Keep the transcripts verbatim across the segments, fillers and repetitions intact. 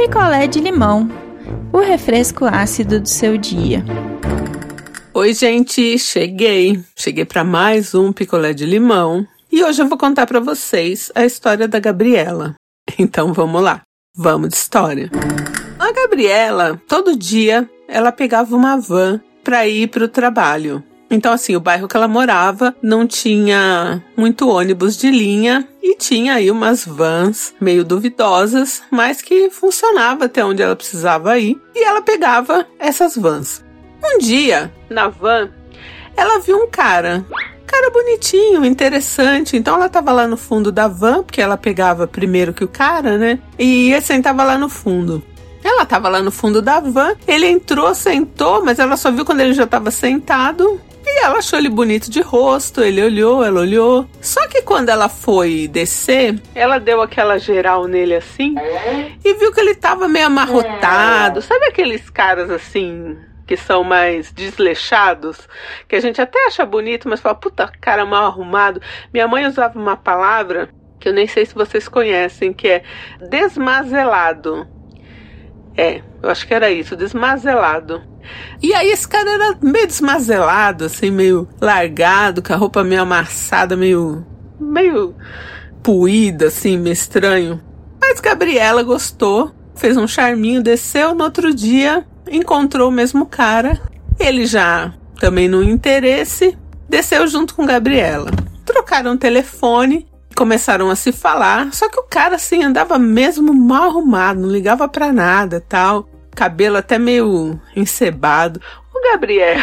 picolé de limão, o refresco ácido do seu dia. Oi, gente, cheguei. Cheguei para mais um picolé de limão e hoje eu vou contar para vocês a história da Gabriela. Então vamos lá, vamos de história. A Gabriela, todo dia, ela pegava uma van para ir para o trabalho. Então, assim, o bairro que ela morava não tinha muito ônibus de linha e tinha aí umas vans meio duvidosas, mas que funcionava até onde ela precisava ir e ela pegava essas vans. Um dia, na van, ela viu um cara, cara bonitinho, interessante, então ela tava lá no fundo da van, porque ela pegava primeiro que o cara, né, e ia sentava lá no fundo. Ela tava lá no fundo da van, ele entrou, sentou, mas ela só viu quando ele já tava sentado. E ela achou ele bonito de rosto, ele olhou, ela olhou. Só que quando ela foi descer, ela deu aquela geral nele assim e viu que ele tava meio amarrotado. Sabe aqueles caras assim que são mais desleixados? Que a gente até acha bonito, mas fala, puta, cara mal arrumado. Minha mãe usava uma palavra que eu nem sei se vocês conhecem, que é desmazelado. É, eu acho que era isso, desmazelado. E aí esse cara era meio desmazelado, assim, meio largado, com a roupa meio amassada, meio, meio puída, assim, meio estranho. Mas Gabriela gostou, fez um charminho, desceu, no outro dia encontrou o mesmo cara. Ele já, também no interesse, desceu junto com Gabriela. Trocaram o telefone, começaram a se falar, só que o cara, assim, andava mesmo mal arrumado, não ligava pra nada, tal. Cabelo até meio encebado. O Gabriela...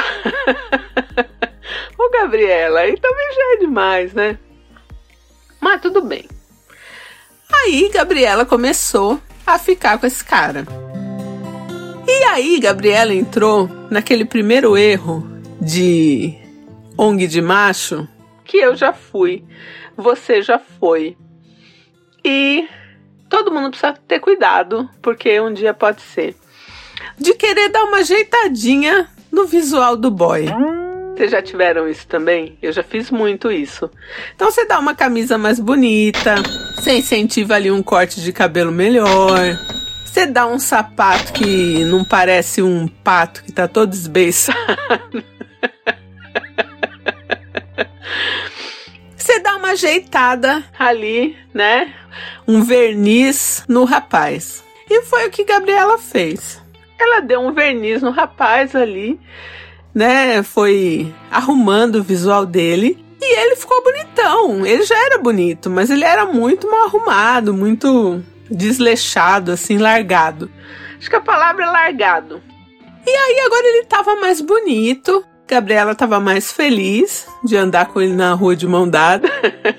o Gabriela, aí também já é demais, né? Mas tudo bem. Aí Gabriela começou a ficar com esse cara. E aí Gabriela entrou naquele primeiro erro de O N G de macho, que eu já fui, você já foi. E todo mundo precisa ter cuidado, porque um dia pode ser. De querer dar uma ajeitadinha no visual do boy. Vocês já tiveram isso também? Eu já fiz muito isso. Então você dá uma camisa mais bonita, você incentiva ali um corte de cabelo melhor, você dá um sapato que não parece um pato que tá todo esbeiçado. Você dá uma ajeitada ali, né? Um verniz no rapaz. E foi o que Gabriela fez. Ela deu um verniz no rapaz ali, né? Foi arrumando o visual dele. E ele ficou bonitão. Ele já era bonito, mas ele era muito mal arrumado, muito desleixado, assim, largado. Acho que a palavra é largado. E aí agora ele tava mais bonito. Gabriela tava mais feliz de andar com ele na rua de mão dada.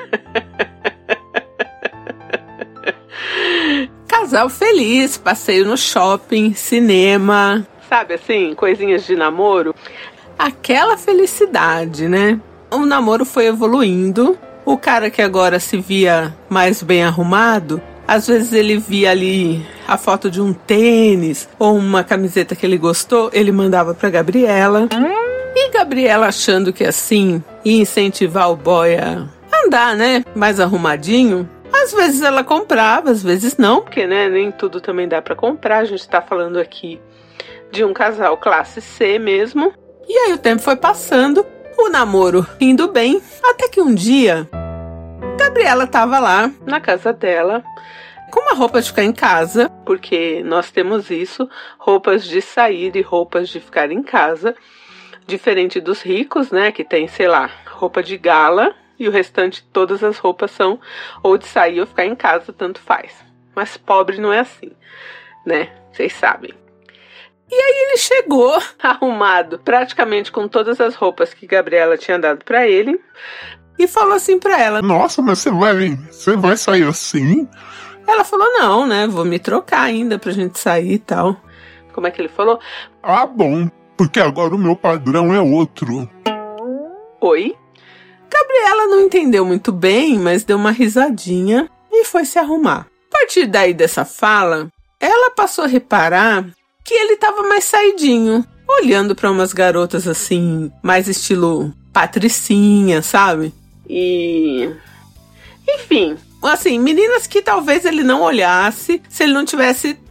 Casal feliz, passeio no shopping, cinema, sabe assim, coisinhas de namoro. Aquela felicidade, né? O namoro foi evoluindo. O cara que agora se via mais bem arrumado, às vezes ele via ali a foto de um tênis ou uma camiseta que ele gostou, ele mandava pra Gabriela. E Gabriela, achando que assim ia incentivar o boy a andar, né, mais arrumadinho, às vezes ela comprava, às vezes não, porque, né, nem tudo também dá pra comprar. A gente tá falando aqui de um casal classe C mesmo. E aí o tempo foi passando, o namoro indo bem, até que um dia Gabriela tava lá na casa dela com uma roupa de ficar em casa, porque nós temos isso, roupas de sair e roupas de ficar em casa. Diferente dos ricos, né, que tem, sei lá, roupa de gala e o restante, todas as roupas são ou de sair ou ficar em casa, tanto faz. Mas pobre não é assim, né, vocês sabem. E aí ele chegou arrumado, praticamente com todas as roupas que Gabriela tinha dado pra ele, e falou assim pra ela: nossa, mas você vai, você vai sair assim? Ela falou: não, né, vou me trocar ainda pra gente sair e tal. Como é que ele falou? Ah, bom. Porque agora o meu padrão é outro. Oi? Gabriela não entendeu muito bem, mas deu uma risadinha e foi se arrumar. A partir daí dessa fala, ela passou a reparar que ele estava mais saidinho, olhando para umas garotas assim, mais estilo patricinha, sabe? E... enfim, assim, meninas que talvez ele não olhasse se ele não tivesse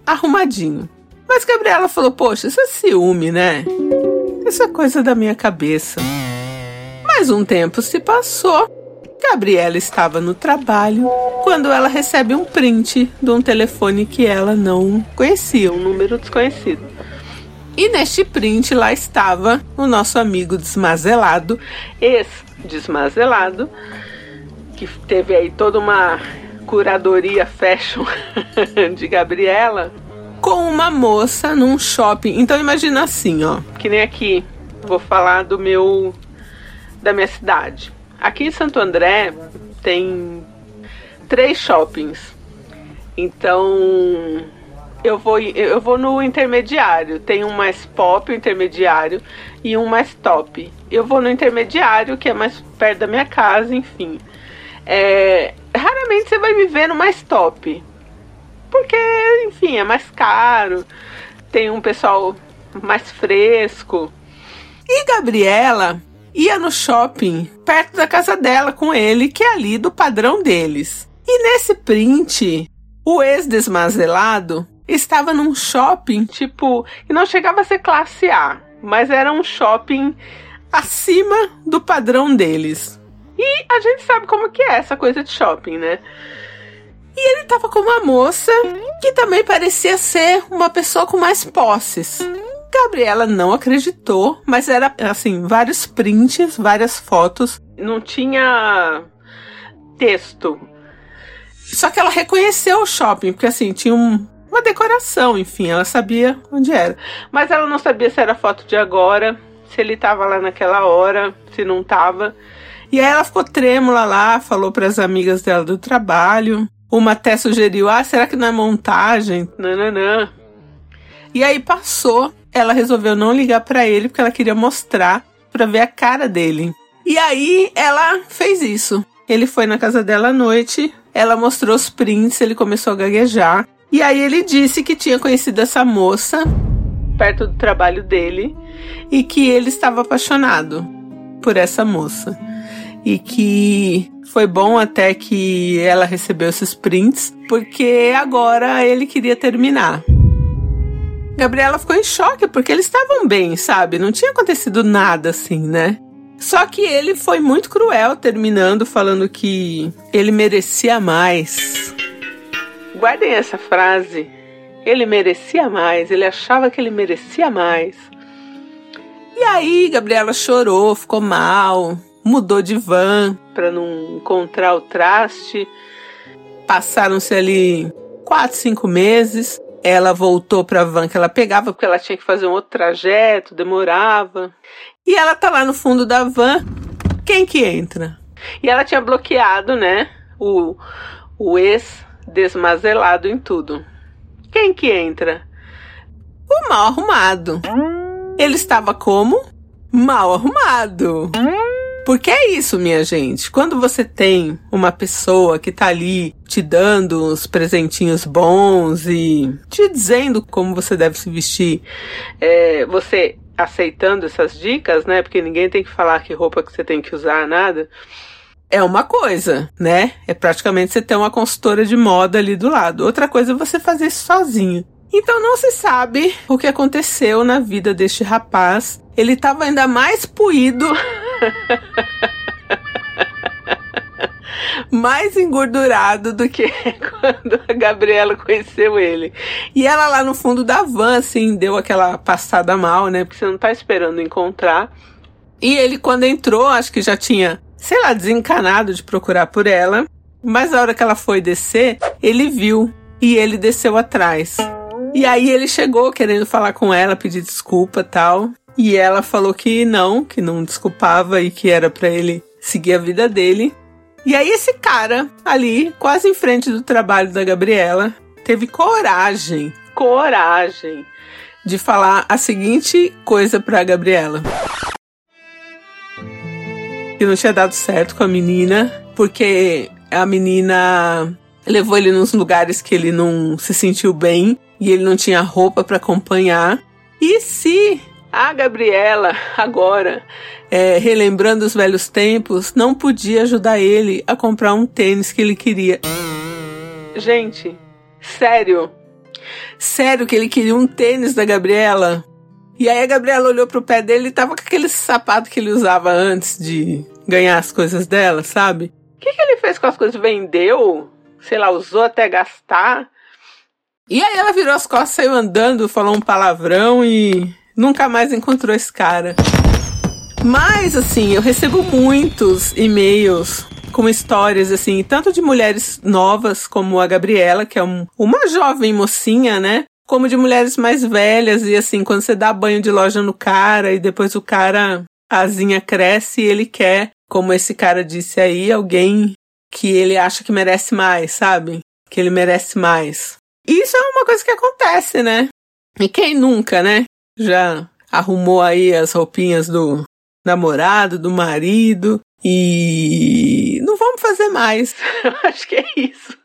arrumadinho. Mas Gabriela falou, poxa, isso é ciúme, né? Isso é coisa da minha cabeça. Mais um tempo se passou. Gabriela estava no trabalho quando ela recebe um print de um telefone que ela não conhecia, um número desconhecido. E neste print lá estava o nosso amigo desmazelado, ex-desmazelado, que teve aí toda uma curadoria fashion de Gabriela, com uma moça num shopping. Então imagina assim, ó, que nem aqui, vou falar do meu, da minha cidade. Aqui em Santo André tem três shoppings. Então eu vou, eu vou no intermediário. Tem um mais pop, um intermediário, e um mais top. Eu vou no intermediário, que é mais perto da minha casa, enfim. É, raramente você vai me ver no mais top. Porque, enfim, é mais caro. Tem um pessoal mais fresco. E Gabriela ia no shopping perto da casa dela com ele, que é ali do padrão deles. E nesse print, o ex-desmazelado estava num shopping, tipo, que não chegava a ser classe A, mas era um shopping acima do padrão deles. E a gente sabe como que é essa coisa de shopping, né? E ele tava com uma moça que também parecia ser uma pessoa com mais posses. Gabriela não acreditou, mas era, assim, vários prints, várias fotos. Não tinha texto. Só que ela reconheceu o shopping, porque, assim, tinha um, uma decoração, enfim, ela sabia onde era. Mas ela não sabia se era foto de agora, se ele tava lá naquela hora, se não tava. E aí ela ficou trêmula lá, falou para as amigas dela do trabalho. Uma até sugeriu, ah, será que não é montagem? Nananã. E aí passou, ela resolveu não ligar pra ele, porque ela queria mostrar, pra ver a cara dele. E aí ela fez isso. Ele foi na casa dela à noite, ela mostrou os prints, ele começou a gaguejar. E aí ele disse que tinha conhecido essa moça, perto do trabalho dele, e que ele estava apaixonado por essa moça. E que foi bom até que ela recebeu esses prints, porque agora ele queria terminar. Gabriela ficou em choque, porque eles estavam bem, sabe? Não tinha acontecido nada assim, né? Só que ele foi muito cruel, terminando, falando que ele merecia mais. Guardem essa frase. Ele merecia mais, ele achava que ele merecia mais. E aí, Gabriela chorou, ficou mal, mudou de van para não encontrar o traste. Passaram-se ali quatro, cinco meses. Ela voltou para a van que ela pegava, porque ela tinha que fazer um outro trajeto, demorava. E ela tá lá no fundo da van. Quem que entra? E ela tinha bloqueado, né, o, o ex-desmazelado em tudo. Quem que entra? O mal arrumado. Ele estava como? Mal arrumado. Porque é isso, minha gente. Quando você tem uma pessoa que tá ali te dando uns presentinhos bons e te dizendo como você deve se vestir, é, você aceitando essas dicas, né? Porque ninguém tem que falar que roupa que você tem que usar, nada. É uma coisa, né? É praticamente você ter uma consultora de moda ali do lado. Outra coisa é você fazer isso sozinho. Então não se sabe o que aconteceu na vida deste rapaz. Ele estava ainda mais puído, mais engordurado do que quando a Gabriela conheceu ele. E ela lá no fundo da van, assim, deu aquela passada mal, né? Porque você não tá esperando encontrar. E ele, quando entrou, acho que já tinha, sei lá, desencanado de procurar por ela. Mas na hora que ela foi descer, ele viu. E ele desceu atrás. E aí ele chegou querendo falar com ela, pedir desculpa e tal. E ela falou que não, que não desculpava e que era pra ele seguir a vida dele. E aí esse cara ali, quase em frente do trabalho da Gabriela, teve coragem, coragem de falar a seguinte coisa pra Gabriela. Que não tinha dado certo com a menina, porque a menina levou ele nos lugares que ele não se sentiu bem e ele não tinha roupa pra acompanhar. E se a Gabriela, agora, é, relembrando os velhos tempos, não podia ajudar ele a comprar um tênis que ele queria. Gente, sério, Sério que ele queria um tênis da Gabriela? E aí a Gabriela olhou pro pé dele e tava com aquele sapato que ele usava antes de ganhar as coisas dela, sabe? O que, que ele fez com as coisas? Vendeu? Sei lá, usou até gastar? E aí ela virou as costas, saiu andando, falou um palavrão e nunca mais encontrou esse cara. Mas, assim, eu recebo muitos e-mails com histórias, assim, tanto de mulheres novas, como a Gabriela, que é um, uma jovem mocinha, né? Como de mulheres mais velhas, e assim, quando você dá banho de loja no cara, e depois o cara, a asinha cresce e ele quer, como esse cara disse aí, alguém que ele acha que merece mais, sabe? Que ele merece mais. E isso é uma coisa que acontece, né? E quem nunca, né? Já arrumou aí as roupinhas do namorado, do marido, e não vamos fazer mais. Eu acho que é isso.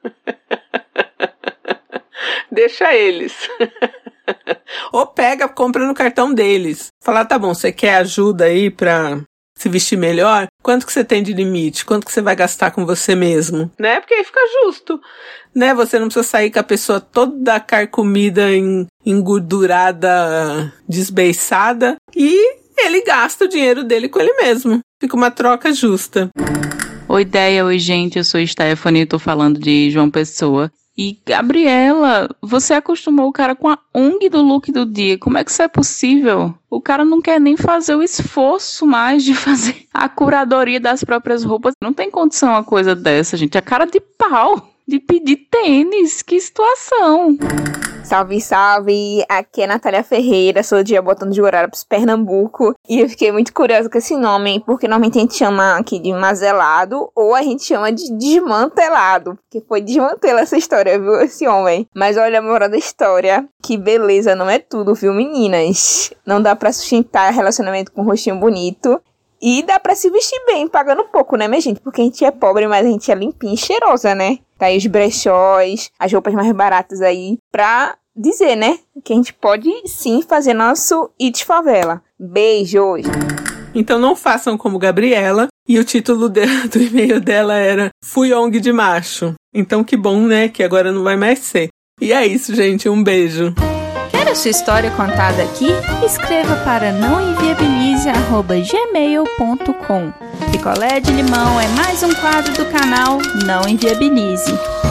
Deixa eles. Ou pega, compra no cartão deles. Falar, tá bom, você quer ajuda aí pra se vestir melhor? Quanto que você tem de limite? Quanto que você vai gastar com você mesmo? Né? Porque aí fica justo. Né? Você não precisa sair com a pessoa toda carcomida, engordurada, desbeiçada. E ele gasta o dinheiro dele com ele mesmo. Fica uma troca justa. Oi, ideia, oi, gente. Eu sou Stephanie, tô falando de João Pessoa. E, Gabriela, você acostumou o cara com a O N G do look do dia. Como é que isso é possível? O cara não quer nem fazer o esforço mais de fazer a curadoria das próprias roupas. Não tem condição uma coisa dessa, gente. É cara de pau de pedir tênis. Que situação. Salve, salve! Aqui é Natália Ferreira, sou de Jabotão de Guararapes, Pernambuco. E eu fiquei muito curiosa com esse nome, porque normalmente a gente chama aqui de mazelado, ou a gente chama de desmantelado, porque foi desmantela essa história, viu, esse homem. Mas olha a moral da história, que beleza não é tudo, viu, meninas? Não dá pra sustentar relacionamento com um rostinho bonito. E dá pra se vestir bem, pagando pouco, né, minha gente? Porque a gente é pobre, mas a gente é limpinha e cheirosa, né? Tá aí os brechós, as roupas mais baratas aí, pra dizer, né? Que a gente pode sim fazer nosso It Favela. Beijos! Então não façam como Gabriela. E o título de, do e-mail dela era Fui O N G de macho. Então que bom, né? Que agora não vai mais ser. E é isso, gente. Um beijo. Quer a sua história contada aqui? Escreva para nãoenviabilize arroba gmail ponto com. Picolé de limão é mais um quadro do canal Não Enviabilize.